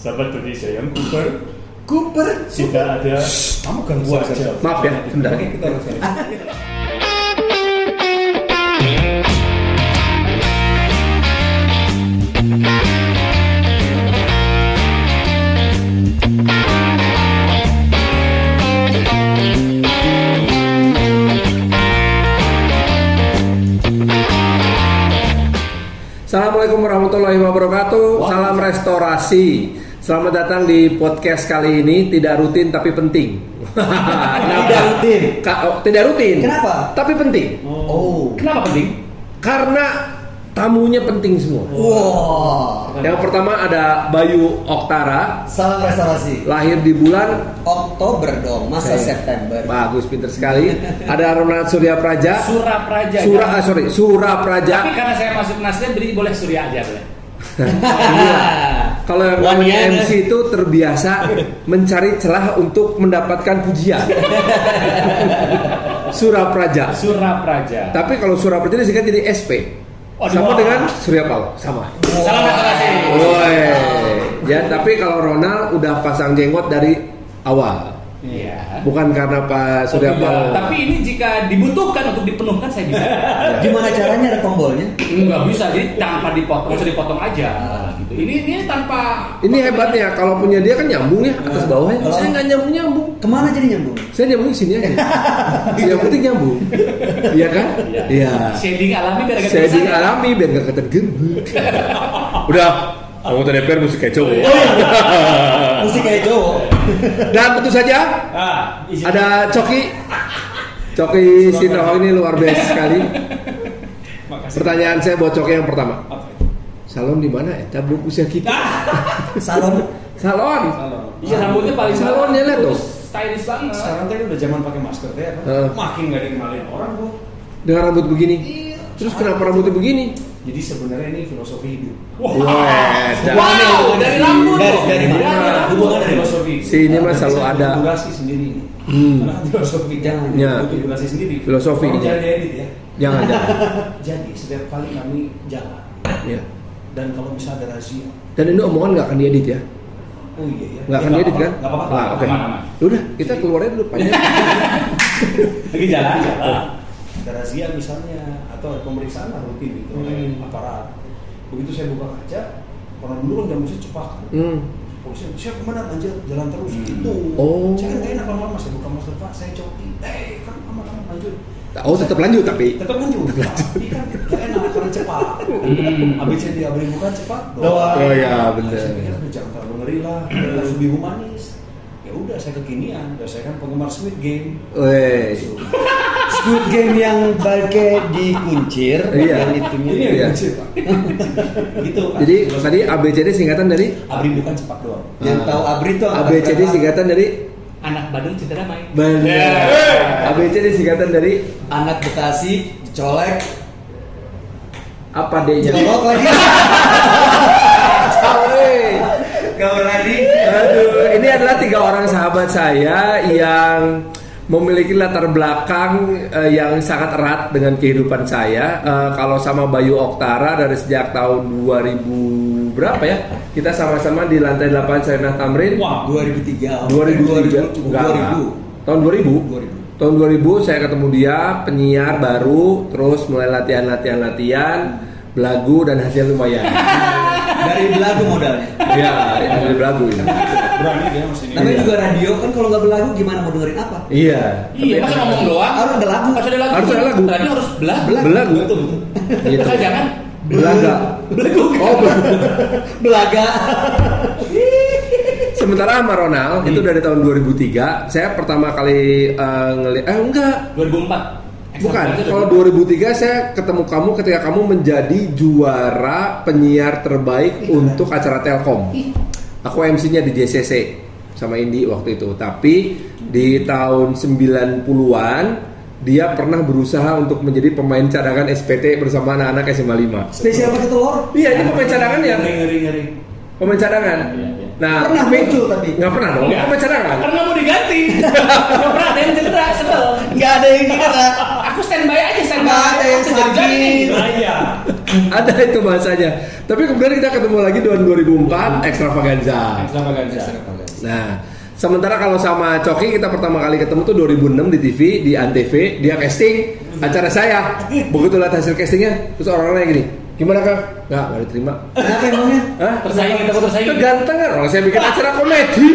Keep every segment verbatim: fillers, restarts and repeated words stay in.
Sahabat Indonesia yang Cooper. Cooper Tidak ada. Kamu ganggu aja. Maaf ya, sebentar. Oke, kita harus. Assalamualaikum warahmatullahi wabarakatuh. Wow. Salam restorasi. Selamat datang di podcast kali ini. Tidak rutin tapi penting. Tidak rutin. Ka- oh, tidak rutin. Kenapa? Tapi penting. Oh. oh. Kenapa penting? Karena tamunya penting semua. Wow. Yang pertama ada Bayu Oktara. Salam restorasi. Lahir di bulan Oktober dong, masa Oke. September. Bagus, pinter sekali. Ada Ronald Surya Praja. Surya Praja. Surya, ya? ah, sorry, Surya Praja. Tapi karena saya masuk Nasdem, jadi boleh Surya aja boleh. Kalau yang namanya M C itu terbiasa mencari celah untuk mendapatkan pujian. Surya Praja. Surya Praja. Tapi kalau Surya Praja disingkat jadi S P. Oh, sama wow. dengan Surya Paloh, sama. Wow. Salam restorasi. Woi. Ya, tapi kalau Ronald udah pasang jenggot dari awal. Iya. Bukan karena Pak Surya Oh, Paloh. tapi ini jika dibutuhkan untuk dipenuhkan saya bisa. Gimana caranya ada tombolnya? Enggak bisa, jadi tanpa dipotong, bisa dipotong aja gitu. Ini ini tanpa. Ini hebatnya, kalau punya dia kan nyambung ya atas bawahnya. Kalau- Saya nggak nyambung nyambung. Kemana jadi nyambung? Saya nyambung sini aja. Yang penting nyambung. Iya kan? Iya. Iya. Shading alami biar agak Shading terasa. alami biar nggak kelihatan gemuk. Udah. Kamu tadi D P R mesti kayak cowok. Musik kayak cowok. Dan tentu saja Ah, izin. ada Coki. Coki Sinoho ini luar biasa sekali. Makasih. Pertanyaan saya buat Coki yang pertama. Apa itu? Salon di mana? Eta belum usia kita. Salon. Salon. Iya, rambutnya paling Salonnya lihat tuh. stylish banget. Sekarang tadi udah zaman pakai masker teh apa? Heeh. Makin gak dikenalin orang bu. Dengan rambut begini. Terus kenapa rambutnya begini? Jadi sebenarnya ini filosofi hidup. Wow, Wah, wow, dari rambut Dari- loh. dari mana? rambut. Hubungan filosofi. Si ini mah Dan selalu saya ada. butuh durasi sendiri. Hmm. Karena filosofi jangan Ya. butuh durasi sendiri. Filosofi Tolong ini. jangan diedit ya. Jangan jangan. Jadi setiap kali kami jalan Ya. dan kalau bisa ada razia. Dan ini omongan nggak akan diedit ya? Oh iya ya. Nggak akan Ya, diedit kan? Nggak apa-apa. Nah, oke. Aman, aman. Udah, kita keluarnya dulu panjang. Lagi jalan. jalan. Ada razia misalnya atau ada pemeriksaan lah rutin gitu oleh Hmm. aparat. Begitu saya buka kaca, karena dulu kan jam cepat kan. Hmm. Polisi, saya kemana lanjut jalan terus gitu. Oh. Saya kan gak enak lama-lama, saya buka masker pak, saya Coki. Eh kan aman-aman lanjut. Oh, tetap lanjut tapi. Tetap lanjut. Tapi kan gak enak karena cepat. Hmm. A B C D A B bukan cepat. Doa. Oh ya, bener. Saya pikir aduh jangan terlalu ngeri lah, harus lebih humanis. Ya udah saya kekinian, dan saya kan penggemar Squid Game. Weh. Squid Game yang pakai dikuncir, Iya. yang itunya. Ini Iya. yang kecil pak. Gitu kan. Jadi tadi A B C D singkatan dari Abri bukan cepat doang. Yang tahu Abri tuh A B C D singkatan dari Anak Badung Cinta Damai. benar. A B C D singkatan dari anak Bekasi, colek, apa D-nya? colok lagi. Weh. Kau lagi. Aduh, ini adalah tiga orang sahabat saya yang memiliki latar belakang eh, yang sangat erat dengan kehidupan saya. Eh, kalau sama Bayu Oktara dari sejak tahun dua ribu berapa ya? Kita sama-sama di lantai delapan Sarinah Tamrin. Wow. dua ribu tiga. dua ribu tiga. Enggak, dua ribu. Tahun dua ribu. dua ribu. Tahun dua ribu saya ketemu dia, penyiar baru, terus mulai latihan-latihan-latihan, belagu dan hasil lumayan. Dari belagu modalnya. Ya, ini dari belagu ini. Berani dia masih ini. Namanya Iya. juga radio kan kalau nggak belagu gimana mau dengerin apa? Iya. Iya, masa ngomong doang? Harus ada lagu. Harus ada lagu. Harus ada lagu. Radio harus belah. Belagu. Betul betul. Gitu. Masa jangan Belaga. belagu. Oh, belagu. Belaga. Sementara sama Ronald itu dari tahun dua ribu tiga, saya pertama kali uh, ngelihat eh enggak, dua ribu empat. bukan. Kalau dua ribu tiga saya ketemu kamu ketika kamu menjadi juara penyiar terbaik untuk acara Telkom. Aku M C-nya di J C C sama Indi waktu itu. Tapi di tahun sembilan puluhan dia pernah berusaha untuk menjadi pemain cadangan S P T bersama anak-anak S M A lima. Spesial pakai telur. Iya, ini pemain cadangan ya. Ngeri ngeri ngeri. pemain cadangan. Iya, iya. Nah, Pernah muncul tapi. nggak pernah dong. Enggak. Pemain cadangan. Karena mau diganti. Nggak pernah ada yang cedera, sebel. Nggak ada yang kira. Aku standby aja, standby. Nggak ada yang Aku jadi sakit. nih. Nah, iya. Ada itu bahasanya. Tapi kemudian kita ketemu lagi tahun dua ribu empat Extravaganza. Extravaganza. Nah, sementara kalau sama Coki kita pertama kali ketemu tuh dua ribu enam di T V, di Antv, dia casting acara saya. Begitu lihat hasil castingnya, terus orang-orangnya gini, gimana Kang? Nggak, nggak diterima. Kenapa emangnya? Hah? Tersaing, kita tersaing. Kegantengan orang saya bikin acara komedi.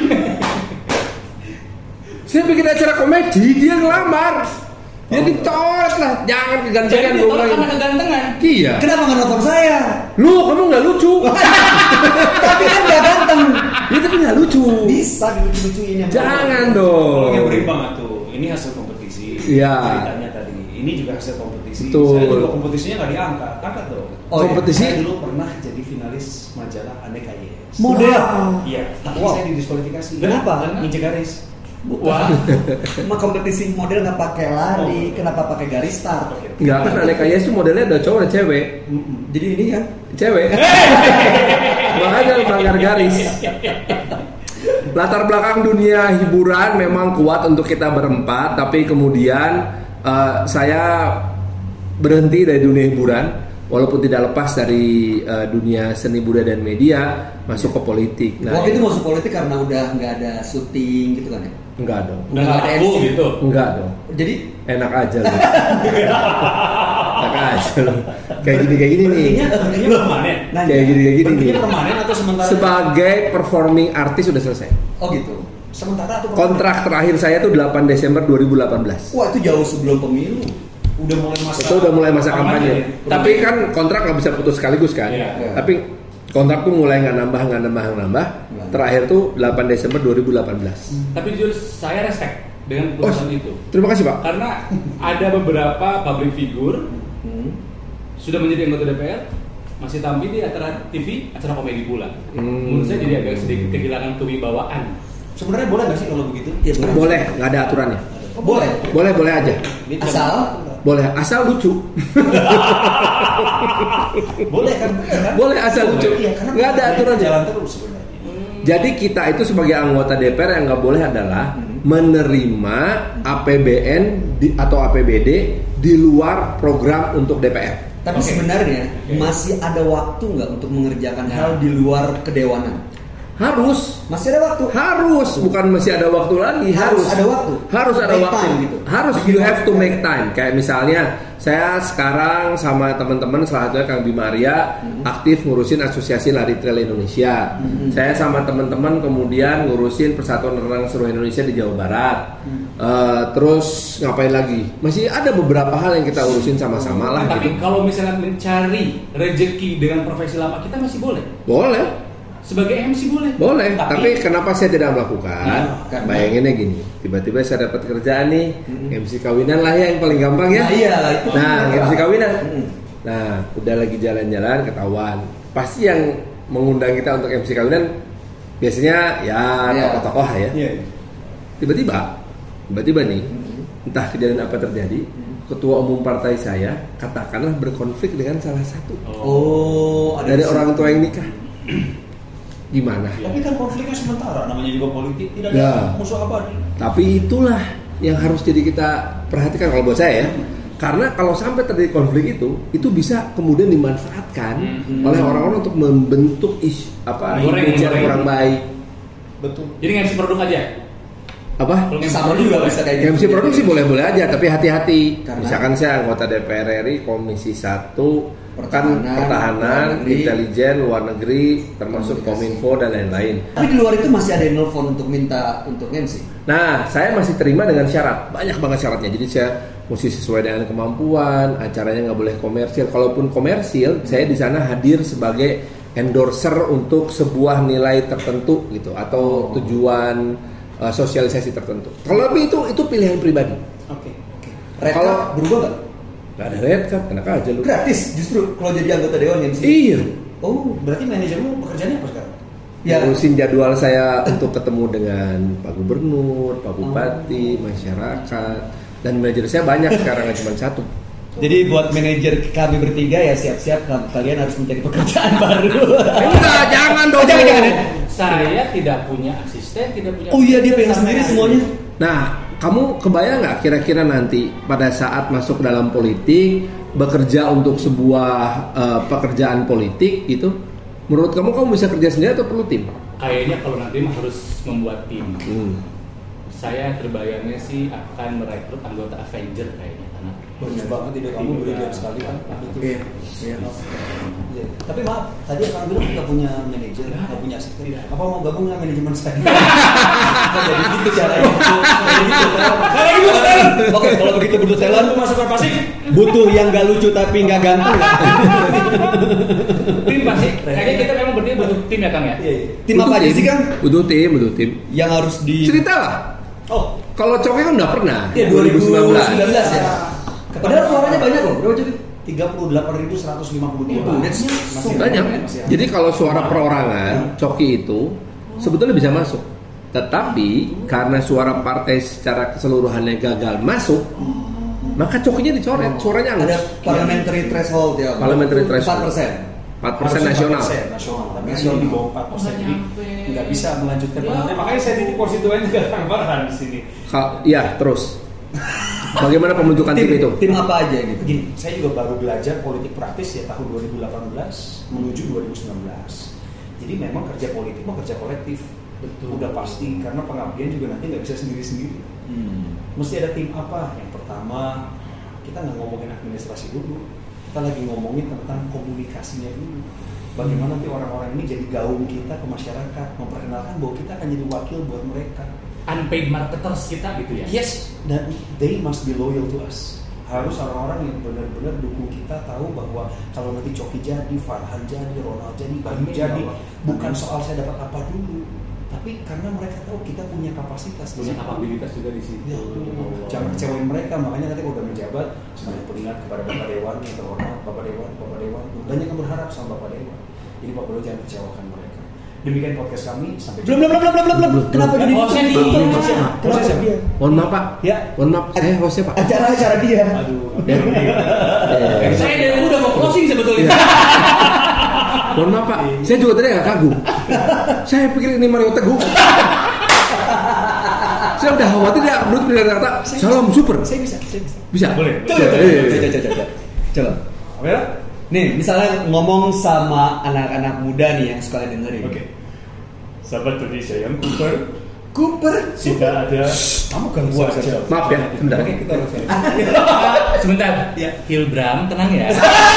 Saya bikin acara komedi, dia ngelamar. Ya dicoret lah, jangan kegantengan Jadi gua ditolak bilang. karena kegantengan. Iya. Kenapa nggak nonton saya? Lu kamu nggak lucu. Tapi kan nggak ganteng. Ya tapi nggak lucu. Bisa dilucu-lucuin yang Jangan Kalau dong. yang berimbang tuh, ini hasil kompetisi. Iya. Ceritanya tadi, ini juga hasil kompetisi. Betul. Saya juga kompetisinya nggak diangkat, angkat dong. Oh, iya. Kompetisi. Saya dulu pernah jadi finalis majalah Aneka Yes. Model. Iya, tapi Wow. saya didiskualifikasi. Kenapa? Nginjek garis. Wah. Cuma kompetisi model nggak pakai lari, kenapa pakai garis start? Nggak kan Aneka Yes tuh modelnya ada cowok ada cewek. Jadi ini kan Cewek. Makanya melanggar garis. Latar belakang dunia hiburan memang kuat untuk kita berempat, tapi kemudian eh, saya berhenti dari dunia hiburan, walaupun tidak lepas dari eh, dunia seni budaya dan media, masuk ke politik. Nah, waktu itu masuk politik karena udah nggak ada syuting gitu kan ya? enggak dong, Udah nggak Nggak ada laku M C. gitu. enggak dong, Jadi enak aja loh, enak aja loh, kayak gini kayak gini nih, Berartinya berartinya permanen. nanya. kayak gini kayak gini nih. Berartinya permanen atau sementara? Sebagai performing artis sudah selesai. Oh gitu. Sementara atau permanen? Kontrak terakhir saya tuh delapan Desember dua ribu delapan belas. Wah itu jauh sebelum pemilu. Udah mulai masa. Itu udah mulai masa kampanye. ya? Tapi kan kontrak nggak bisa putus sekaligus kan. Iya. Iya. Tapi kontrak tuh mulai nggak nambah nggak nambah nggak nambah. Iya. Terakhir tuh delapan Desember dua ribu delapan belas. Tapi jujur saya respect dengan Oh, keputusan itu. terima kasih Pak. Karena ada beberapa public figure Hmm. sudah menjadi anggota D P R, masih tampil di acara T V, acara komedi pula. Hmm. Menurut saya jadi agak sedikit kehilangan kewibawaan. Sebenarnya boleh nggak sih kalau begitu? Iya boleh. Boleh, nggak ada aturannya. Oh, boleh. Boleh boleh aja. Dia Asal? Boleh asal lucu. boleh kan? Iya kan? Boleh asal lucu. Iya, karena Nggak ada aturannya. Jalan terus sebenarnya. Jadi kita itu sebagai anggota D P R yang nggak boleh adalah menerima A P B N di, atau A P B D di luar program untuk D P R. Tapi Oke. sebenarnya Oke. masih ada waktu nggak untuk mengerjakan hal di luar kedewanan? Harus, Masih ada waktu. harus, bukan masih ada waktu lagi, harus, Harus ada waktu. harus ada Make waktu, time gitu. harus you have to make time. Kayak misalnya saya sekarang sama teman-teman salah satunya Kang Bima Arya aktif ngurusin Asosiasi Lari Trail Indonesia. Saya sama teman-teman kemudian ngurusin Persatuan Renang Seluruh Indonesia di Jawa Barat. Eh, terus ngapain lagi? Masih ada beberapa hal yang kita urusin sama-sama lah Tapi gitu. kalau misalnya mencari rezeki dengan profesi lama, kita masih boleh. Boleh. Sebagai M C boleh. Boleh, tapi, Tapi, kenapa saya tidak melakukan? Ya, karena- Bayanginnya gini, tiba-tiba saya dapat kerjaan nih, M C kawinan lah ya yang paling gampang ya. Nah, iya, itu Nah, benar. M C kawinan. Mm. Nah, udah lagi jalan-jalan ketahuan. Pasti yang mengundang kita untuk M C kawinan biasanya ya Iya. tokoh-tokoh ya. Iya. Tiba-tiba, tiba-tiba nih, entah kejadian apa terjadi, ketua umum partai saya katakanlah berkonflik dengan salah satu Oh, ada dari di orang situ. tua yang nikah. Gimana? Tapi kan konfliknya sementara, namanya juga politik, tidak Ya. ada musuh abadi. Tapi itulah yang harus jadi kita perhatikan kalau buat saya ya. Karena kalau sampai terjadi konflik itu, itu bisa kemudian dimanfaatkan Hmm. oleh orang-orang untuk membentuk is apa Goreng, image yang goreng. kurang baik. Betul. jadi nge-M C produk aja. Apa? Kalau nge-M C Sama produk juga boleh. bisa kayak gitu. M C produksi boleh-boleh aja, tapi hati-hati. Karena- Misalkan saya anggota D P R R I Komisi satu kan Pertahanan, pertahanan, luar negeri. intelijen, luar negeri, termasuk Komunikasi. Kominfo dan lain-lain. Tapi di luar itu masih ada yang nelfon untuk minta untuk M C. Nah, saya masih terima dengan syarat, banyak banget syaratnya. Jadi saya mesti sesuai dengan kemampuan, acaranya nggak boleh komersil. Kalaupun komersil, saya di sana hadir sebagai endorser untuk sebuah nilai tertentu gitu atau Oh. tujuan uh, sosialisasi tertentu. Kalau lebih itu itu pilihan pribadi. Oke. Red Kalau- Card berubah nggak? Gak ada red card, enak aja lu. Gratis justru kalau jadi anggota dewan M C. Iya. Oh, Berarti manajermu pekerjaannya apa sekarang? ya. Ngurusin jadwal saya untuk ketemu dengan Pak Gubernur, Pak Bupati, masyarakat, dan manajer saya banyak sekarang nggak cuma satu. Jadi buat manajer kami bertiga ya siap-siap kalian harus mencari pekerjaan baru. Enggak, jangan dong. Jangan, jangan ya. Saya tidak punya asisten, tidak punya. Oh iya, dia pegang Sampai sendiri hari semuanya. ini. Nah, kamu kebayang nggak kira-kira nanti pada saat masuk dalam politik, bekerja untuk sebuah uh, pekerjaan politik gitu, menurut kamu kamu bisa kerja sendiri atau perlu tim? Kayaknya kalau nanti mah harus membuat tim. Hmm. Saya terbayangnya sih akan merekrut anggota Avenger kayaknya karena Banyak banget ide kamu brilian sekali kan. Betul. Iya. Iya. Iya. Tapi maaf, tadi akan bilang nggak punya manajer, nggak punya asisten. Tidak. Apa mau gabung dengan manajemen saya? Jadi gitu caranya. Jadi gitu. Kalau gitu talent. Oke, kalau begitu butuh talent, Talent masukkan pasif. butuh yang gak lucu tapi gak ganteng. tim pasti. Kayaknya kita memang berdua butuh tim ya Kang ya. Iya. iya. Tim apa aja sih, Kang? Butuh tim, butuh tim. Yang harus di Cerita lah. Oh, Kalau Coki kan udah pernah. Iya, dua ribu sembilan belas ya. Padahal suaranya banyak loh. Berapa jadi? tiga puluh delapan ribu seratus lima puluh dua. Itu, that's Masih Banyak. masih ada. Jadi kalau suara perorangan Coki itu sebetulnya bisa masuk. Tetapi karena suara partai secara keseluruhannya gagal masuk, maka Cokinya dicoret. Suaranya Ada angus. parliamentary threshold ya. Parliamentary threshold. empat persen. empat persen Harusnya nasional. empat persen nasional. Tapi Nasional. ini di bawah empat persen. Oh, Jadi nyampe. nggak bisa melanjutkan Ya. penantian. Makanya saya titip konstituen juga Kang Farhan di sini. Ka- ya, terus. Bagaimana pembentukan tim, itu? Tim apa aja gitu? Begini, saya juga baru belajar politik praktis ya tahun dua ribu delapan belas menuju dua ribu sembilan belas. Jadi memang kerja politik mah kerja kolektif. Betul. Udah pasti karena pengabdian juga nanti nggak bisa sendiri-sendiri. Hmm. Mesti ada tim apa? Yang pertama kita nggak ngomongin administrasi dulu, kita lagi ngomongin tentang komunikasinya dulu. Bagaimana nanti orang-orang ini jadi gaung kita ke masyarakat, memperkenalkan bahwa kita akan jadi wakil buat mereka. Unpaid marketers kita gitu ya. Yes, dan they must be loyal to us. Harus orang-orang yang benar-benar dukung kita tahu bahwa kalau nanti Coki jadi, Farhan jadi, Ronald jadi, Bayu Amin, jadi, ya Allah. bukan soal saya dapat apa dulu, tapi karena mereka tahu kita punya kapasitas, Punya kapabilitas juga di situ. Ya, jangan kecewain mereka. Makanya nanti kalau udah menjabat, sebagai pengingat kepada Bapak Dewan, kita hormat Bapak Dewan, Bapak Dewan. Banyak yang berharap sama Bapak Dewan. Jadi Bapak Dewan jangan kecewakan mereka. Demikian podcast kami sampai Belum, belum, belum, belum, belum, belum. Kenapa jadi Hostnya dia. Kenapa Hostnya dia? Mohon maaf Pak. Ya. Mohon maaf. Saya hostnya Pak. Acara acara dia. Aduh. Ya. Eh, Saya dari dulu udah mau closing sebetulnya. Mohon maaf Pak. Saya juga tadi agak kagum. Saya pikir ini Mario Teguh. Saya udah khawatir dia menurut dari kata salam super. Saya bisa, saya bisa. Bisa. Boleh. Coba, coba, Eh, coba, coba, coba. Coba. Apa ya? Nih, misalnya ngomong sama anak-anak muda nih yang suka dengerin. Oke. Sahabat Indonesia yang Cooper, Cooper. tidak ada. Kamu ganggu aja. Maaf ya, sebentar. Oke, kita harus. Sebentar. Ya. Hilbram, tenang ya.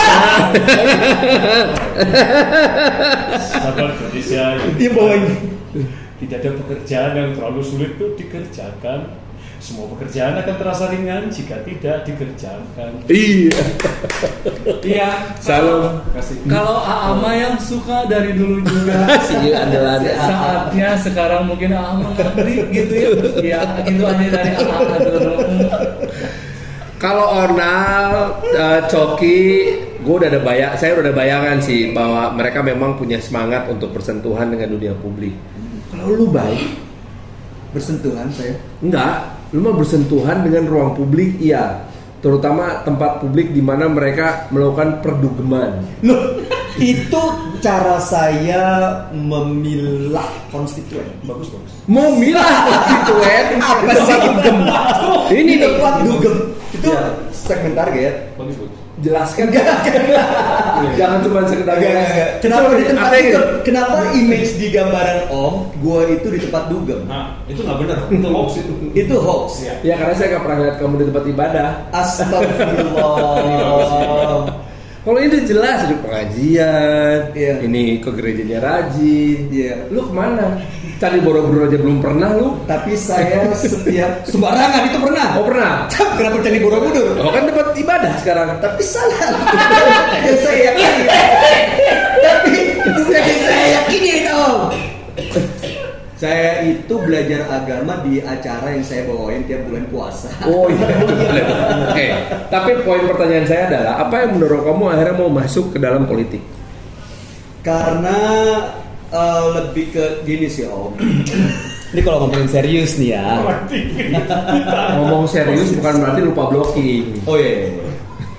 Sahabat Indonesia yang Dia bawain. tidak ada pekerjaan yang terlalu sulit untuk dikerjakan. Semua pekerjaan akan terasa ringan jika tidak dikerjakan. Iya. Iya. Salam. Kasih. Kalau Aama yang suka dari dulu juga. Si andalan. Saatnya sekarang mungkin Aama ngerti gitu ya. Ya, gitu aja dari Aama dulu. Kalau Ornal, uh, Coki, gue udah ada bayang, saya udah ada bayangan sih bahwa mereka memang punya semangat untuk bersentuhan dengan dunia publik. Kalau lu baik, Bersentuhan saya. enggak, lu mah bersentuhan dengan ruang publik, iya. Terutama tempat publik di mana mereka melakukan perdugeman. Loh, itu cara saya memilah konstituen. Bagus bagus. Memilah konstituen Apa sih dugem? Ini nih. tempat dugem. Itu Ya. segmen target. Bagus bagus. Jelaskan. Jangan cuma sekedar Kenapa di tempat Apa ini? dugem? Kenapa image di gambaran Om, gua itu di tempat dugem? Nah, itu nggak benar. Itu hoax itu. Itu hoax. Iya. Ya karena saya gak pernah lihat kamu di tempat ibadah. Astagfirullah. Kalau ini jelas di pengajian, Iya. ini ke gerejanya rajin. Iya. Lu kemana? Cari Borobudur aja belum pernah lu. Tapi saya setiap sembarangan itu pernah. Oh pernah? Kenapa cari Borobudur? Oh kan tempat ibadah sekarang. Tapi salah. Yang saya yakini. Tapi bukan yang saya yakini Om. Saya itu belajar agama di acara yang saya bawain tiap bulan puasa. Oh iya itu boleh. Oke. Tapi poin pertanyaan saya adalah apa yang mendorong kamu akhirnya mau masuk ke dalam politik? Karena uh, lebih ke gini sih Om. Ini kalau ngomongin serius nih ya. Ngomong serius bukan berarti lupa blocking. Oh iya. iya, iya.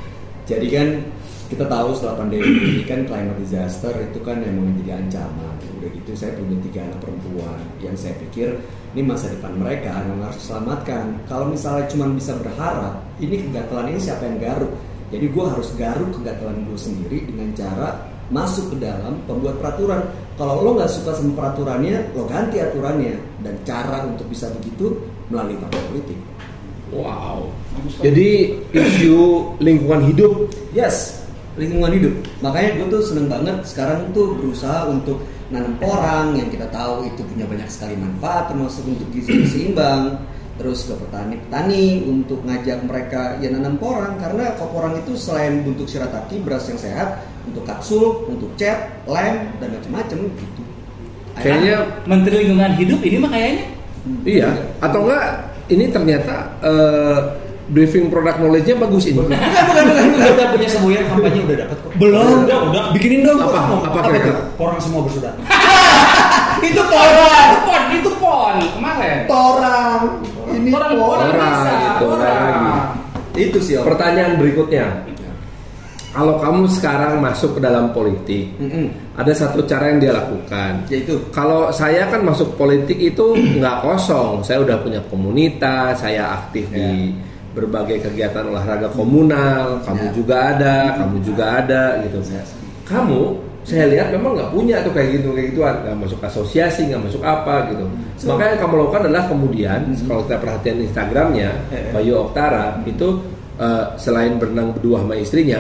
Jadi kan kita tahu setelah pandemi ini kan climate disaster itu kan emang menjadi ancaman. Udah gitu saya punya tiga anak perempuan yang saya pikir ini masa depan mereka yang harus diselamatkan. Kalau misalnya cuma bisa berharap, ini kegatelan ini siapa yang garuk? Jadi gue harus garuk kegatelan gue sendiri dengan cara masuk ke dalam pembuat peraturan. Kalau lo nggak suka sama peraturannya, lo ganti aturannya. Dan cara untuk bisa begitu melalui partai politik. Wow. Jadi isu lingkungan hidup. Yes, lingkungan hidup. Makanya gue tuh seneng banget sekarang tuh berusaha untuk nanam porang yang kita tahu itu punya banyak sekali manfaat, termasuk untuk gizi seimbang. Terus ke petani-petani untuk ngajak mereka ya nanam porang, karena kok porang itu selain bentuk shirataki, beras yang sehat, untuk kapsul, untuk cat, lem dan macam-macam gitu. Kayaknya Menteri Lingkungan Hidup ini mah kayaknya. iya. Atau enggak ini ternyata eh, briefing product knowledge-nya bagus ini. Bukan, bukan, bukan, bukan. Udah punya semboyan kampanye udah dapat kok. Belum. Udah, udah. Bikinin dong. Apa? Apa kira-kira? Porang semua bersaudara. Itu porang. Itu pon, itu pon kemarin. Porang. Ini Porang, porang. porang bisa, gitu, porang. lagi. Itu sih. Om. Pertanyaan berikutnya. Kalau kamu sekarang masuk ke dalam politik, Mm-mm. ada satu cara yang dia lakukan. Yaitu Kalau saya kan masuk politik itu nggak kosong. Saya udah punya komunitas, saya aktif di berbagai kegiatan olahraga komunal. Kamu Ya. juga ada, kamu juga ada gitu. Kamu, saya lihat memang nggak punya tuh kayak gitu kayak gituan. Nggak masuk asosiasi, nggak masuk apa gitu. So- Maka yang kamu lakukan adalah kemudian kalau kita perhatian Instagramnya Eh, eh. Bayu Oktara itu eh, selain berenang berdua sama istrinya,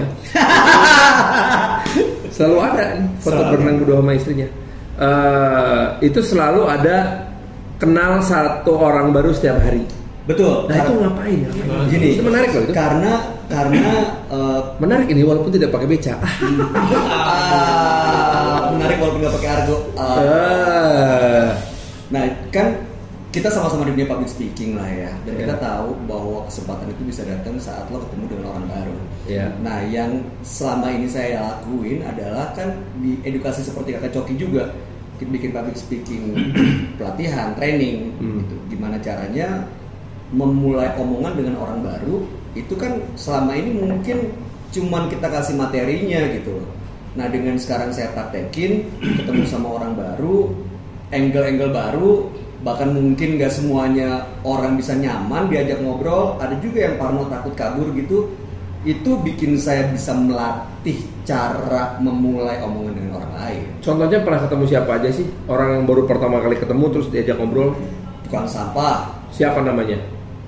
selalu ada nih, foto Selalu. berenang berdua sama istrinya. Eh, itu selalu ada kenal satu orang baru setiap hari. betul. Nah itu ngapain? ngapain? Gini, Itu menarik loh itu. Karena karena eh, Menarik ini walaupun tidak pakai beca. ah, menarik walaupun nggak pakai argo. Ah. Ah. Nah kan kita sama-sama di dunia public speaking lah ya, dan Iya. kita tahu bahwa kesempatan itu bisa datang saat lo ketemu dengan orang baru. Iya. Nah yang selama ini saya lakuin adalah kan di edukasi seperti kakak Coki juga bikin public speaking pelatihan, training, Hmm. gitu. Gimana caranya memulai omongan dengan orang baru itu kan selama ini mungkin cuman kita kasih materinya gitu loh. Nah dengan sekarang saya praktekin, ketemu sama orang baru, angle-angle baru, bahkan mungkin gak semuanya orang bisa nyaman diajak ngobrol, ada juga yang parno takut kabur gitu. Itu bikin saya bisa melatih cara memulai omongan dengan orang lain. Contohnya pernah ketemu siapa aja sih? Orang yang baru pertama kali ketemu terus diajak ngobrol. Tukang sampah, Siapa namanya?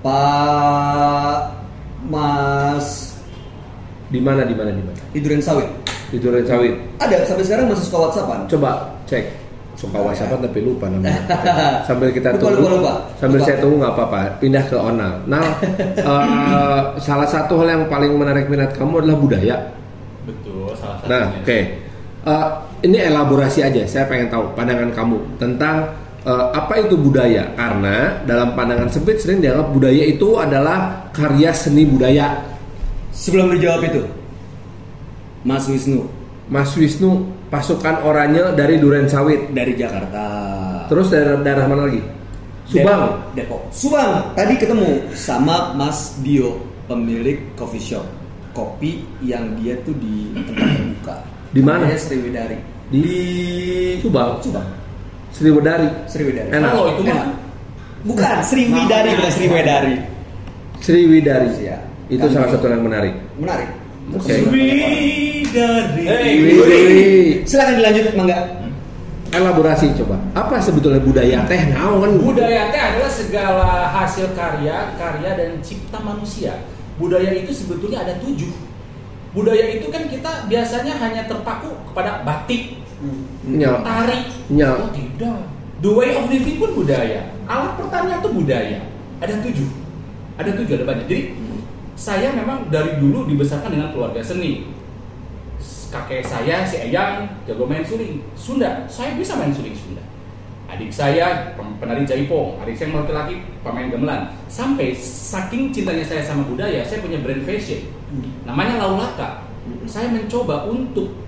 Pak Mas Di mana di mana di mana? di Duren Sawit. Di Duren Sawit. Ada sampai sekarang masih suka WhatsAppan. Coba cek. Suka WhatsApp tapi lupa namanya. Sambil kita Lupa, tunggu. lupa, lupa. Sambil Lupa. saya tunggu nggak apa-apa. Pindah ke Onal. Nah, eh, salah satu hal yang paling menarik minat kamu adalah budaya. Betul, salah satunya. Nah, oke. Eh, ini elaborasi aja. Saya pengen tahu pandangan kamu tentang eh, apa itu budaya. Karena dalam pandangan sempit sering dianggap budaya itu adalah karya seni budaya. Sebelum dijawab itu, Mas Wisnu Mas Wisnu pasukan oranye dari Duren Sawit. dari Jakarta. Terus daerah, daerah mana lagi? Subang. Depok. Depok. Subang. Tadi ketemu sama Mas Dio, pemilik coffee shop kopi yang dia tuh di tempat terbuka. Di mana? Namanya Sriwidari. Di Subang. Subang. Sriwedari. Sriwidari. Enak. Oh, itu mah. Enak. Bukan Sriwidari, bukan Sriwedari. Sriwidari. Iya. Itu Kan salah dia- satu yang menarik. Menarik. Oke. Widari. Hey, Widari. Silakan dilanjut, Mangga. Elaborasi coba. Apa sebetulnya budaya teh? Naon? Budaya teh adalah segala hasil karya, karya dan cipta manusia. Budaya itu sebetulnya ada tujuh. Budaya itu kan kita biasanya hanya terpaku kepada batik, Nya. tari. Nya. Oh tidak. The way of living pun budaya. Alat pertanian itu budaya. Ada tujuh. Ada tujuh, ada banyak. Jadi saya memang dari dulu dibesarkan dengan keluarga seni. Kakek saya si Eyang jago main suling Sunda. Saya bisa main suling Sunda. Adik saya pem- penari jaipong, adik saya yang laki-laki pemain gamelan. Sampai saking cintanya saya sama budaya, saya punya brand fashion. Namanya Laulaka. Saya mencoba untuk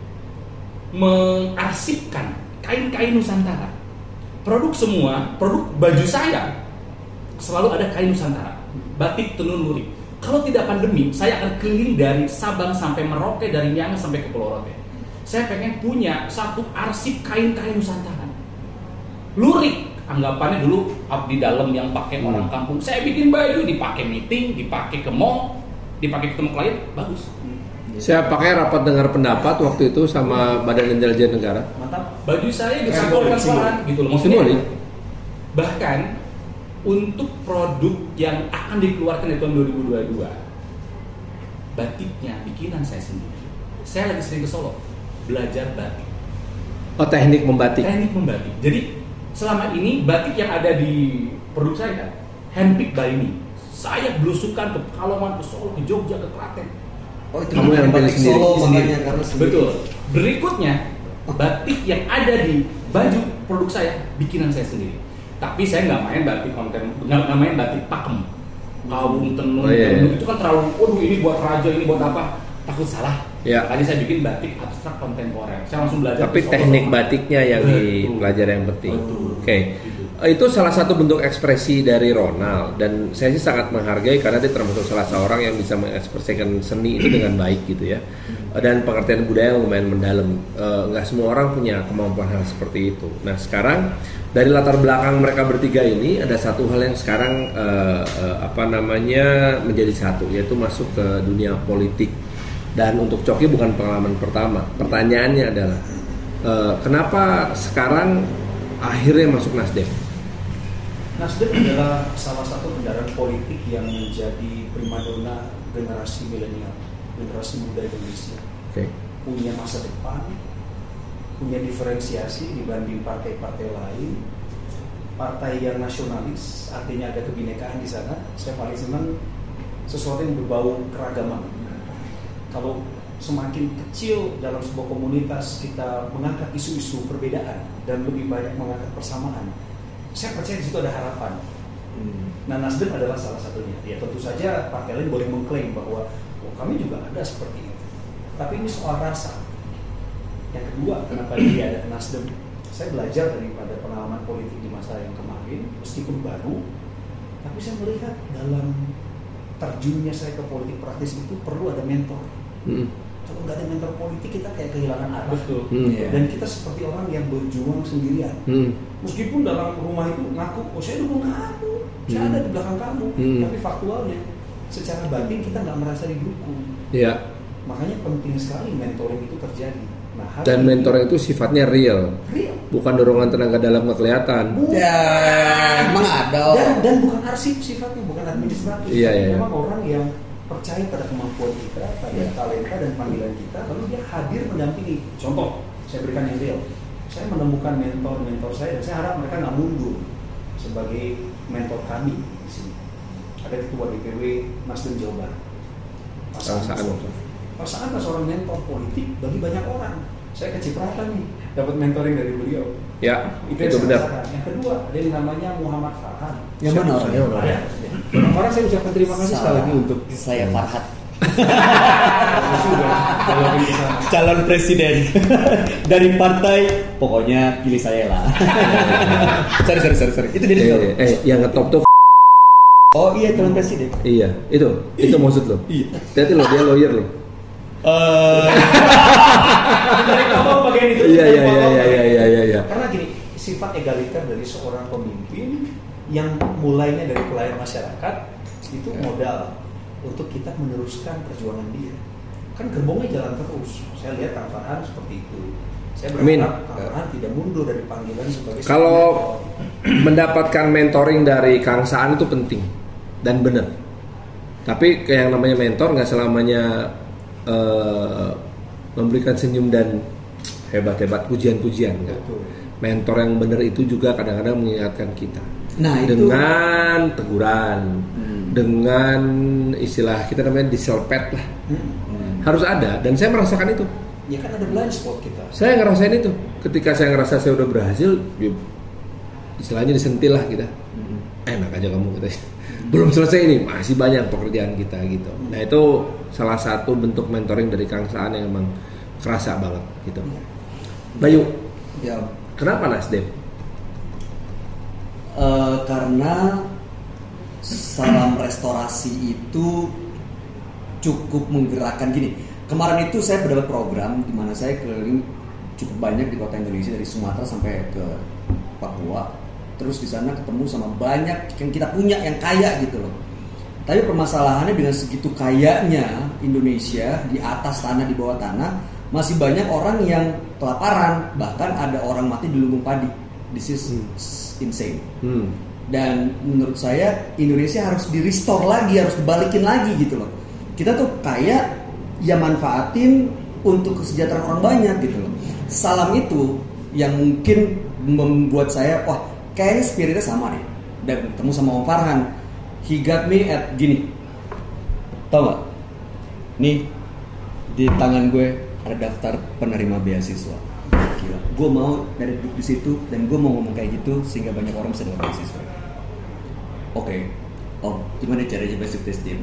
mengarsipkan kain-kain Nusantara. Produk semua, produk baju saya selalu ada kain Nusantara. Batik tenun lurik. Kalau tidak pandemi, saya akan keliling dari Sabang sampai Merauke, dari Miangas sampai ke Pulau Rote. Saya pengen punya satu arsip kain-kain Nusantara. Lurik, anggapannya dulu abdi dalam yang pakai Hmm. orang kampung. Saya bikin baju, dipakai meeting, dipakai ke mall, dipakai ketemu klien, bagus. Saya pakai rapat dengar pendapat waktu itu sama Badan Intelijen Negara. Mantap. Baju saya Simbolik, disampaikan transparan gitu loh. Maksudnya, Simbolik. bahkan untuk produk yang akan dikeluarkan di tahun dua ribu dua puluh dua, batiknya bikinan saya sendiri. Saya lagi sering ke Solo belajar batik, Oh, teknik membatik. teknik membatik. Jadi selama ini batik yang ada di produk saya kan handpicked by me. Saya belusukan ke Pekalongan, ke Solo, ke Jogja, ke Klaten. Oh itu Kamu yang batik pilih sendiri, Solo sendiri. makanya karena sendiri. Betul. Berikutnya batik yang ada di baju produk saya bikinan saya sendiri. Tapi saya nggak main batik konten, nggak nggak main batik pakem, kawung tenun, Oh, iya, tenun. iya. Itu kan terlalu, waduh ini buat raja, ini buat apa? Takut salah. Iya. Makanya saya bikin batik abstrak kontemporer. Saya langsung belajar. Tapi di Solo. teknik batiknya yang Betul. dipelajari yang penting. Betul. Oke. Gitu. Itu salah satu bentuk ekspresi dari Ronald dan saya sih sangat menghargai karena dia termasuk salah seorang yang bisa mengekspresikan seni itu dengan baik gitu ya. Dan pengertian budaya yang lumayan mendalam. Eh, nggak semua orang punya kemampuan hal seperti itu. Nah sekarang dari latar belakang mereka bertiga ini ada satu hal yang sekarang eh, eh, apa namanya menjadi satu, yaitu masuk ke dunia politik. Dan untuk Coki bukan pengalaman pertama. Pertanyaannya adalah eh, kenapa sekarang akhirnya masuk Nasdem? Nasdem adalah salah satu kendaraan politik yang menjadi primadona generasi milenial, generasi muda Indonesia. Oke. Punya masa depan, punya diferensiasi dibanding partai-partai lain. Partai yang nasionalis, artinya ada kebinekaan di sana. Saya paling senang sesuatu yang berbau keragaman. Kalau semakin kecil dalam sebuah komunitas kita mengangkat isu-isu perbedaan dan lebih banyak mengangkat persamaan, saya percaya di situ ada harapan. Nah, Nasdem adalah salah satunya. Ya tentu saja partai lain boleh mengklaim bahwa oh, kami juga ada seperti itu. Tapi ini soal rasa. Yang kedua, kenapa dia ada ke Nasdem? Saya belajar daripada pengalaman politik di masa yang kemarin, meskipun baru, tapi saya melihat dalam terjunnya saya ke politik praktis itu perlu ada mentor. Hmm. Kalau nggak ada mentor politik kita kayak kehilangan arah. Betul. Hmm. Iya. Dan kita seperti orang yang berjuang sendirian. Hmm. Meskipun dalam rumah itu ngaku, oh saya dukung kamu, saya Hmm. ada di belakang kamu, Hmm. tapi faktualnya secara batin kita nggak merasa didukung. Iya. Makanya penting sekali mentoring itu terjadi. Nah, hari Dan ini mentoring itu sifatnya real, real. bukan dorongan tenaga dalam nggak kelihatan. Bu- Ya emang ada. dan dan bukan arsip sifatnya, bukan administratif. Iya, iya, iya. Memang orang yang percaya pada kemampuan kita, pada talenta dan panggilan kita, lalu dia hadir mendampingi. Contoh, saya berikan yang real. Saya menemukan mentor-mentor saya dan saya harap mereka nggak mundur sebagai mentor kami di sini. Ada ketua D P W Nasdem Jawa Barat, Pak Kang Saan. Saan. Pak Saan adalah seorang mentor politik bagi banyak orang. Saya kecipratan nih, dapat mentoring dari beliau. Ya, yang itu saya benar. rasakan. Yang kedua, ada yang namanya Muhammad Farhan. Yang mana orangnya? Ada. Orang-orang saya ucapkan terima kasih sekali lagi untuk saya Farhat, jawabin ke sana. calon presiden dari partai, pokoknya pilih saya lah. sorry sorry sorry sorry. Itu dia. Eh, eh, yang ngetop tuh. Oh iya calon presiden. Iya, itu, itu maksud lo. Iya. Hati lo, dia lawyer lo. Eh, Dari kamu bagian itu. Iya, dari iya, kamu iya, iya, bagian iya, iya, iya. Karena gini, sifat egaliter dari seorang pemimpin yang mulainya dari pelayan masyarakat itu modal untuk kita meneruskan perjuangan dia. Kan gerbongnya jalan terus. Saya lihat Kang Farhan seperti itu. Saya Amin. berharap Kang Farhan tidak mundur dari panggilan sebagai Kalau mentor. mendapatkan mentoring dari Kang Saan itu penting dan benar. Tapi kayak yang namanya mentor nggak selamanya eh, memberikan senyum dan hebat-hebat pujian-pujian. Enggak. Betul. Mentor yang benar itu juga kadang-kadang mengingatkan kita. Nah, itu- dengan teguran, Hmm. dengan istilah kita namanya diselpet lah. Hmm. Harus ada dan saya merasakan itu. Ya kan ada blind spot kita. Saya ngerasain itu. Ketika saya ngerasa saya udah berhasil, ya, istilahnya disentil lah kita. Enak aja kamu kita. Belum selesai ini, masih banyak pekerjaan kita gitu. Nah itu salah satu bentuk mentoring dari Kang Saan yang emang kerasa banget gitu. Bayu, Ya, kenapa Nasdem? eh, karena salam restorasi itu cukup menggerakkan gini. Kemarin itu saya mendapat program di mana saya keliling cukup banyak di kota Indonesia dari Sumatera sampai ke Papua. Terus di sana ketemu sama banyak yang kita punya yang kaya gitu loh. Tapi permasalahannya dengan segitu kayanya Indonesia di atas tanah di bawah tanah masih banyak orang yang kelaparan, bahkan ada orang mati di lumbung padi. This is insane. Hmm. Dan menurut saya Indonesia harus di restore lagi, harus dibalikin lagi gitu loh. Kita tuh kaya, ya manfaatin untuk kesejahteraan orang banyak gitu loh. Salam itu yang mungkin membuat saya, wah kayaknya spiritnya sama nih. Dan ketemu sama Om Farhan, he got me at gini. Tau gak? Nih di tangan gue ada daftar penerima beasiswa. Gila, gue mau dari duduk di situ dan gue mau ngomong kayak gitu sehingga banyak orang bisa dapat beasiswa. Oke, okay. Om, gimana caranya masuk tes tim?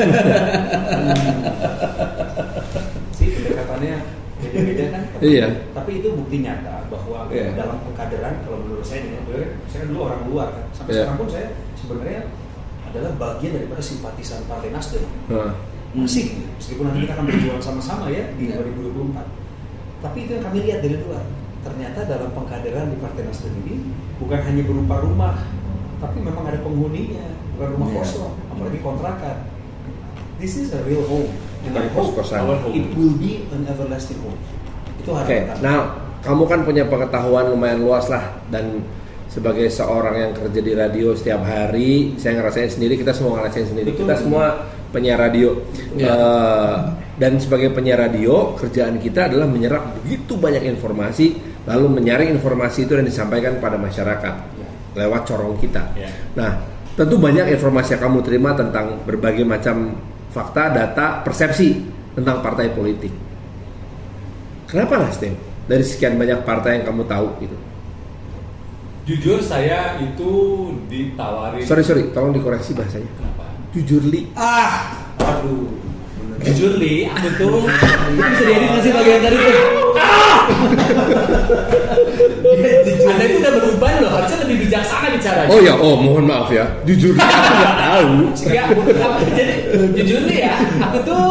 Sih pendekatannya beda-beda kan? Tapi, iya. Tapi itu bukti nyata bahwa yeah. dalam pengkaderan, kalau menurut saya nih, saya kan dulu orang luar kan. Sampai yeah. sekarang pun saya sebenarnya adalah bagian daripada simpatisan Partai Nasdem. Uh. Masih, meskipun nanti kita akan berjuang sama-sama ya di yeah. dua ribu dua puluh empat. Tapi itu yang kami lihat dari luar. Ternyata dalam pengkaderan di Partai Nasdem ini bukan hanya berupa rumah, tapi memang ada penghuninya, bukan rumah yeah. kosong, apalagi kontrakan. This is a real home. And I hope it will be an everlasting home. Itu harapan. Oke, okay. Nah kamu kan punya pengetahuan lumayan luas lah, dan sebagai seorang yang kerja di radio setiap hari, saya ngerasain sendiri, kita semua ngerasain sendiri. Betul, kita betul. Semua penyiar radio. Ya. Uh, dan sebagai penyiar radio, kerjaan kita adalah menyerap begitu banyak informasi, lalu menyaring informasi itu dan disampaikan pada masyarakat ya. Lewat corong kita. Ya. Nah, tentu banyak informasi yang kamu terima tentang berbagai macam fakta, data, persepsi tentang partai politik. Kenapa Nasdem? Dari sekian banyak partai yang kamu tahu gitu. Jujur saya itu ditawarin. Sorry sorry, tolong dikoreksi bahasanya. Kenapa? Jujur li. Ah, aduh. Jujur li, aku tuh. Bisa jadi masih bagian dari itu. Anda itu udah berubah loh, harusnya lebih bijaksana bicara. Oh ya, oh mohon maaf ya. Jujur li, aku nggak tahu. Ya, jadi jujur li ya, aku tuh.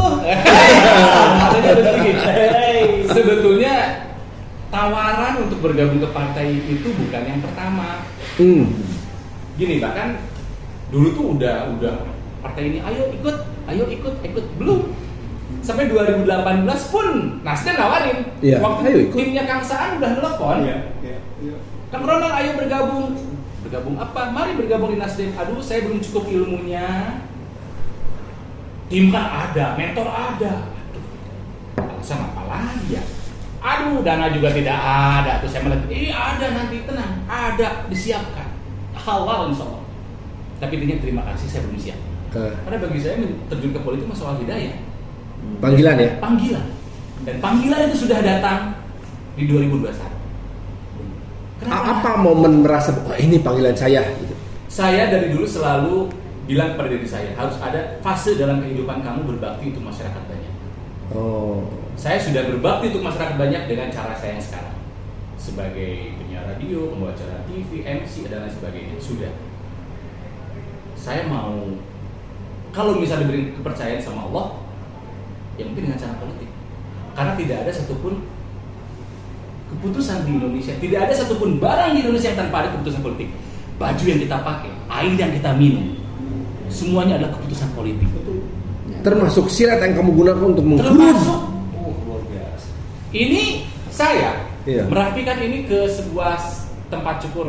Sebetulnya tawaran untuk bergabung ke partai itu bukan yang pertama. Hmm. Gini, bahkan dulu tuh udah udah partai ini ayo ikut, ayo ikut, ikut belum. Sampai dua ribu delapan belas pun Nasdem nawarin. Ya, waktu ayo ikut. Timnya Kang Saan udah nelfon. Iya, iya, iya. Kang Ronald ayo bergabung. Bergabung apa? Mari bergabung di Nasdem. Aduh, saya belum cukup ilmunya. Tim kan ada, mentor ada. Aduh, alasan apa lagi ya? Aduh, dana juga tidak ada. Terus saya melihat, eh ada nanti, tenang, ada, disiapkan. Halal insya Allah. Tapi intinya terima kasih, saya belum siap. Uh. Karena bagi saya terjun ke politik masalah hidayah. Panggilan ya? Panggilan. Dan panggilan itu sudah datang di dua ribu dua puluh satu. Kenapa? Apa momen merasa, oh ini panggilan saya? Gitu. Saya dari dulu selalu bilang kepada diri saya, harus ada fase dalam kehidupan kamu berbakti untuk masyarakat banyak. Oh. Saya sudah berbakti untuk masyarakat banyak dengan cara saya yang sekarang. Sebagai penyiar radio, pembawa acara T V, M C, dan lain sebagainya. Sudah. Saya mau, kalau misalnya diberi kepercayaan sama Allah, ya mungkin dengan cara politik. Karena tidak ada satupun keputusan di Indonesia, tidak ada satupun barang di Indonesia yang tanpa ada keputusan politik. Baju yang kita pakai, air yang kita minum, semuanya adalah keputusan politik. Termasuk silat yang kamu gunakan untuk mengkurung. Termasuk. Oh, luar biasa. Ini saya iya. merapikan ini ke sebuah tempat cukur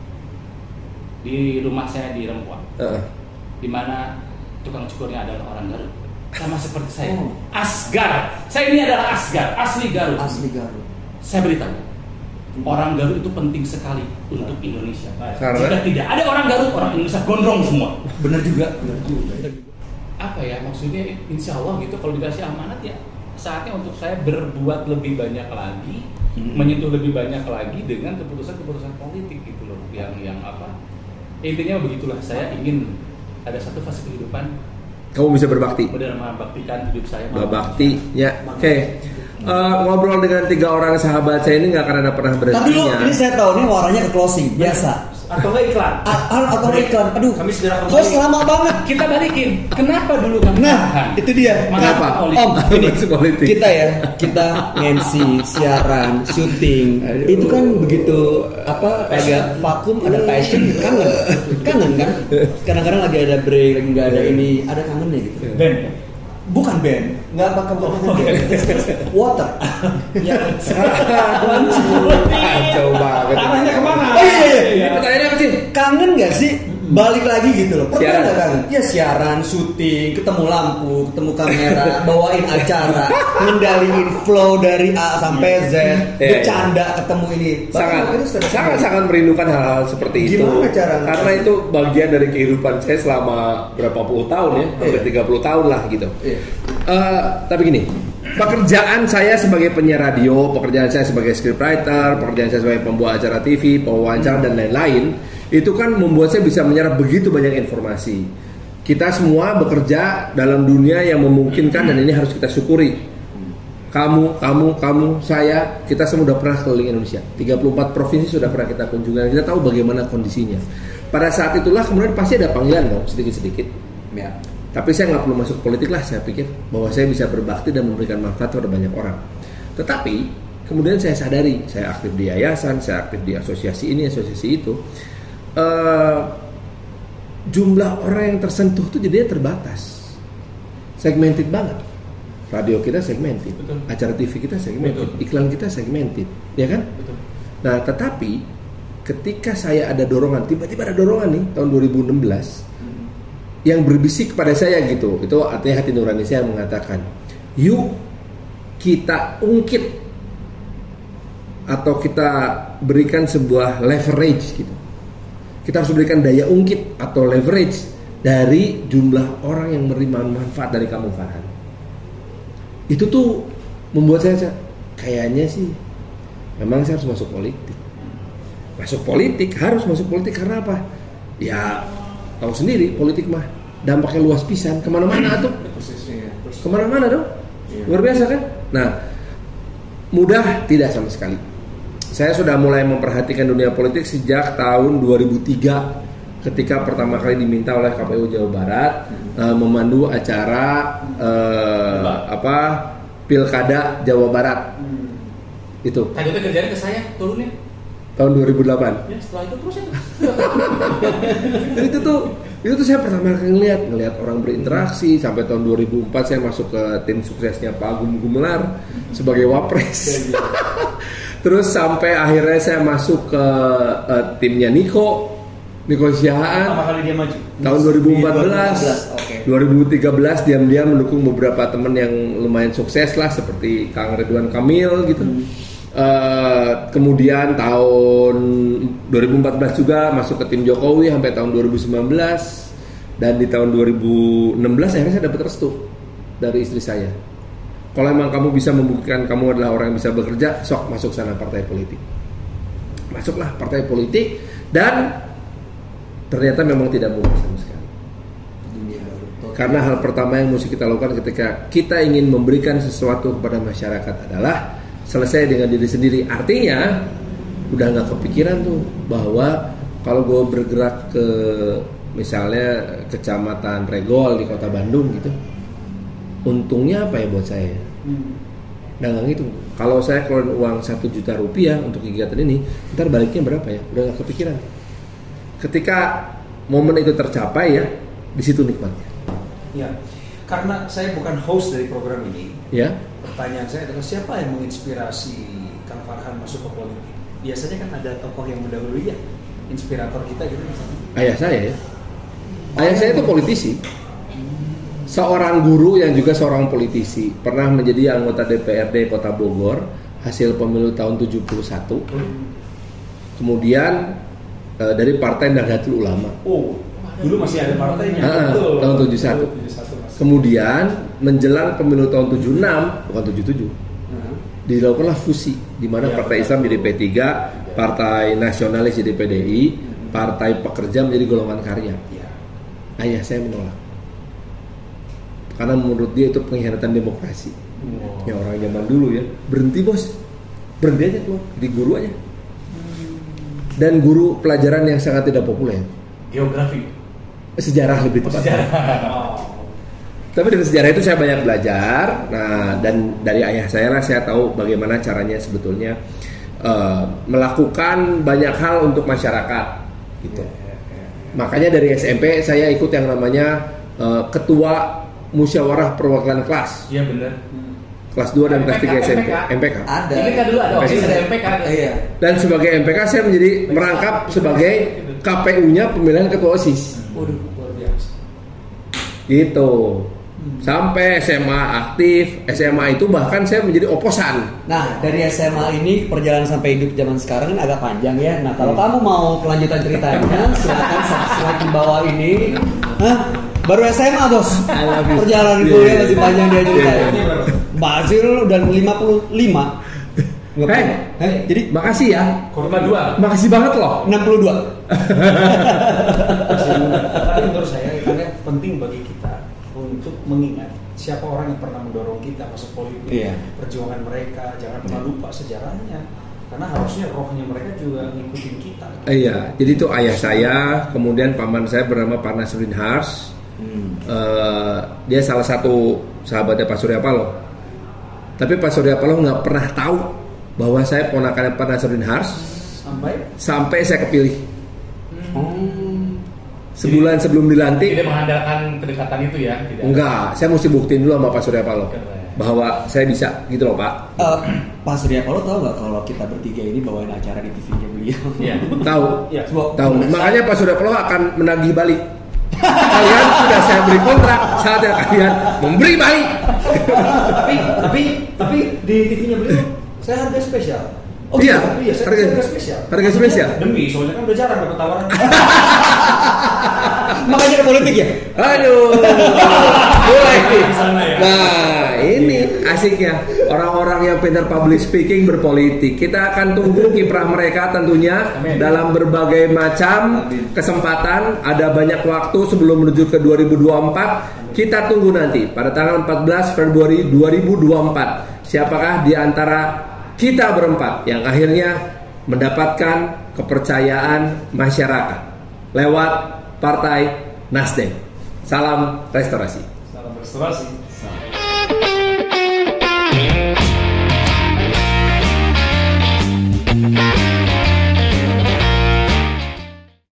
di rumah saya di Rempoa, uh. di mana tukang cukurnya adalah orang Garut, sama seperti saya. Oh. Asgar, saya ini adalah Asgar, asli Garut. Asli Garut. Saya beritahu, orang Garut itu penting sekali untuk Indonesia. Karena jika tidak ada orang Garut, orang Indonesia gondrong semua. Benar juga, benar juga. Apa ya maksudnya? Insya Allah gitu, kalau dikasih amanat ya saatnya untuk saya berbuat lebih banyak lagi, hmm. menyentuh lebih banyak lagi dengan keputusan-keputusan politik gitu loh, yang yang apa? Intinya begitulah, saya ingin ada satu fase kehidupan kamu bisa berbakti. Benar membaktikan hidup saya. Berbakti, ya. Oke. Okay. Uh, ngobrol dengan tiga orang sahabat saya ini nggak akan ada pernah berhentinya. Tapi lo, ini saya tahu ini warnanya ke closing biasa. atau nggak iklan? A- atau nggak iklan? Aduh, Kami segera kembali. host lama banget. Kita balikin. Kenapa dulu kami Nah, tahan? itu dia. Kenapa? Om, ini Masuk politik. kita ya, kita M C, siaran, syuting, itu kan begitu apa agak vakum, ada passion, kangen, kangen kan? Kadang-kadang lagi ada break, lagi nggak ada ini, ada kangennya gitu. Ben, Bukan band, nggak bakal bukan band, water. Ya, Kacau banget. arahnya kemana? Oh iya, iya, Ini pertanyaannya apa sih? Kangen nggak sih? Balik lagi gitu loh. Pernah Siaran. nggak kangen? Ya siaran, syuting, ketemu lampu, ketemu kamera, bawain acara, ngendaliin flow dari A sampai Z, Iya, bercanda, ketemu ini. sangat Bahkan itu sudah- sangat sangat merindukan hal-hal seperti itu. Gimana cara Karena itu bagian dari kehidupan saya selama berapa puluh tahun ya, hampir Iya. tiga puluh tahun lah gitu. Iya. Eh, tapi gini, pekerjaan saya sebagai penyiar radio, pekerjaan saya sebagai scriptwriter, pekerjaan saya sebagai pembawa acara T V, pewawancara dan lain-lain, itu kan membuat saya bisa menyerap begitu banyak informasi. Kita semua bekerja dalam dunia yang memungkinkan dan ini harus kita syukuri. Kamu, kamu, kamu, saya, kita semua sudah pernah keliling Indonesia. tiga puluh empat provinsi sudah pernah kita kunjungi. Kita tahu bagaimana kondisinya. Pada saat itulah kemudian pasti ada panggilan dong, sedikit-sedikit. Ya. Tapi saya nggak perlu masuk politik lah, saya pikir bahwa saya bisa berbakti dan memberikan manfaat kepada banyak orang. Tetapi kemudian saya sadari, saya aktif di yayasan, saya aktif di asosiasi ini, asosiasi itu. Uh, jumlah orang yang tersentuh itu jadinya terbatas, segmented banget. Radio kita segmented, Betul. acara T V kita segmented, Betul. iklan kita segmented, ya kan? Betul. Nah, tetapi ketika saya ada dorongan, tiba-tiba ada dorongan nih tahun dua ribu enam belas yang berbisik kepada saya gitu, itu artinya hati nurani saya mengatakan, yuk kita ungkit atau kita berikan sebuah leverage gitu. Kita harus berikan daya ungkit atau leverage dari jumlah orang yang menerima manfaat dari kamu, Farhan. Itu tuh membuat saya kayaknya sih memang saya harus masuk politik. Masuk politik, harus masuk politik karena apa? Ya tahu sendiri politik mah dampaknya luas pisan, kemana-mana tuh, kemana-mana dong, luar biasa kan? Nah, mudah tidak sama sekali. Saya sudah mulai memperhatikan dunia politik sejak tahun dua ribu tiga ketika pertama kali diminta oleh K P U Jawa Barat uh, memandu acara uh, apa Pilkada Jawa Barat. Itu Tadi kerjanya ke saya turunnya. tahun dua ribu delapan. Ya, setelah itu terus itu. itu tuh itu tuh saya pertama kali ngeliat ngeliat orang berinteraksi. Sampai tahun dua ribu empat saya masuk ke tim suksesnya Pak Agung Gumelar sebagai wapres. Terus sampai akhirnya saya masuk ke uh, timnya Niko Niko Siahaan. Pertama kali dia maju Tahun dua ribu empat belas, Oke. dua ribu tiga belas diam-diam mendukung beberapa teman yang lumayan sukses lah seperti Kang Ridwan Kamil gitu. Hmm. Uh, kemudian tahun dua ribu empat belas juga masuk ke tim Jokowi sampai tahun dua ribu sembilan belas dan di tahun dua ribu enam belas akhirnya saya dapat restu dari istri saya. Kalau emang kamu bisa membuktikan kamu adalah orang yang bisa bekerja, sok masuk sana partai politik. Masuklah partai politik dan ternyata memang tidak mudah sama sekali. Dunia baru. Karena hal pertama yang mesti kita lakukan ketika kita ingin memberikan sesuatu kepada masyarakat adalah selesai dengan diri sendiri. Artinya udah nggak kepikiran tuh bahwa kalau gue bergerak ke misalnya kecamatan Regol di kota Bandung gitu, untungnya apa ya buat saya? Udah nggak ngitung. Kalau saya keluarin uang satu juta rupiah untuk kegiatan ini, ntar baliknya berapa ya? Udah nggak kepikiran. Ketika momen itu tercapai ya, di situ nikmatnya. ya karena saya bukan host dari program ini. Ya. Pertanyaan saya adalah siapa yang menginspirasi Kang Farhan masuk ke politik? Biasanya kan ada tokoh yang mendahului ya, inspirator kita gitu misalnya. Ayah saya ya. Ayah saya itu politisi. Seorang guru yang juga seorang politisi. Pernah menjadi anggota D P R D Kota Bogor hasil pemilu tahun tujuh puluh satu. Kemudian eh, dari Partai Nahdlatul Ulama. Oh, dulu masih ada partainya. Ah, betul. tahun tujuh puluh satu. tujuh puluh satu masih. Kemudian menjelang pemilu tahun tujuh puluh enam, bukan tujuh puluh tujuh, Nah, dilakukanlah fusi di mana Ya, Partai betul. Islam jadi P tiga, Partai Nasionalis jadi P D I, Partai Pekerja menjadi golongan karya. ya. Ayah saya menolak. Karena menurut dia itu pengkhianatan demokrasi. Wow. Ya orang zaman dulu ya, berhenti bos, berhenti aja keluar, jadi guru aja. dan guru pelajaran yang sangat tidak populer. Geografi. Sejarah lebih Oh, tepat. sejarah. Oh. Tapi dari sejarah itu saya banyak belajar. Nah, dan dari ayah saya lah saya tahu bagaimana caranya sebetulnya uh, melakukan banyak hal untuk masyarakat gitu. Makanya dari S M P saya ikut yang namanya uh, ketua musyawarah perwakilan kelas. Iya benar. Kelas dua dan kelas tiga S M P. M P K. Ada. M P K dulu ada, M P K. OSIS ada M P K. Iya. Dan sebagai M P K saya menjadi merangkap sebagai K P U-nya pemilihan ketua OSIS. Waduh, luar biasa. Gitu. Sampai S M A aktif, S M A itu bahkan saya menjadi oposan. Nah, dari S M A ini perjalanan sampai hidup zaman sekarang kan agak panjang ya. Nah, kalau kamu mau kelanjutan ceritanya, silakan subscribe di bawah ini. Hah? Baru S M A, Bos. Perjalanan Yeah, kuliah yeah, masih yeah. panjang dia ceritain. Yeah. Masih dan lima puluh lima. Nggak Hei. pernah. Heh, jadi Makasih ya. Korma dua. Makasih banget loh. enam puluh dua. Tapi menurut saya karena penting bagi kita untuk mengingat siapa orang yang pernah mendorong kita masuk politik, Iya. perjuangan mereka, jangan pernah lupa sejarahnya. Karena harusnya rohnya mereka juga ngikutin kita. Iya, jadi itu ayah saya, kemudian paman saya bernama Pak Nasruddin Hars. Hmm. Eh, dia salah satu sahabatnya Pak Surya Paloh. Tapi Pak Surya Paloh nggak pernah tahu bahwa saya ponakan Pak Nasruddin Hars Sampai sampai saya kepilih. Oh. Sebulan sebelum dilantik. Tidak mengandalkan kedekatan itu ya, tidak. Enggak, saya mesti buktiin dulu sama Pak Surya Paloh Keren. bahwa saya bisa, gitu loh Pak. Eh, Pak Surya Paloh tahu nggak kalau kita bertiga ini bawain acara di T V-nya beliau? Iya. Tahu, ya, Coba- tahu. Makanya Pak Surya Paloh akan menagih balik. Kalian sudah saya beri kontrak, saatnya kalian memberi balik. tapi tapi tapi di T V-nya beliau saya harga spesial. Oh, Iya, Iya, saya harga, harga spesial. harga spesial. Demi, soalnya kan udah jarang dapat tawaran. Makanya ke politik ya? Aduh, mulai nih. Di sana ya. Nah, ini asiknya orang-orang yang pintar public speaking berpolitik. Kita akan tunggu kiprah mereka tentunya Amin. dalam berbagai macam kesempatan. Ada banyak waktu sebelum menuju ke dua ribu dua puluh empat. Kita tunggu nanti pada tanggal empat belas Februari dua ribu dua puluh empat. Siapakah di antara kita berempat yang akhirnya mendapatkan kepercayaan masyarakat lewat Partai Nasdem. Salam restorasi. Salam restorasi.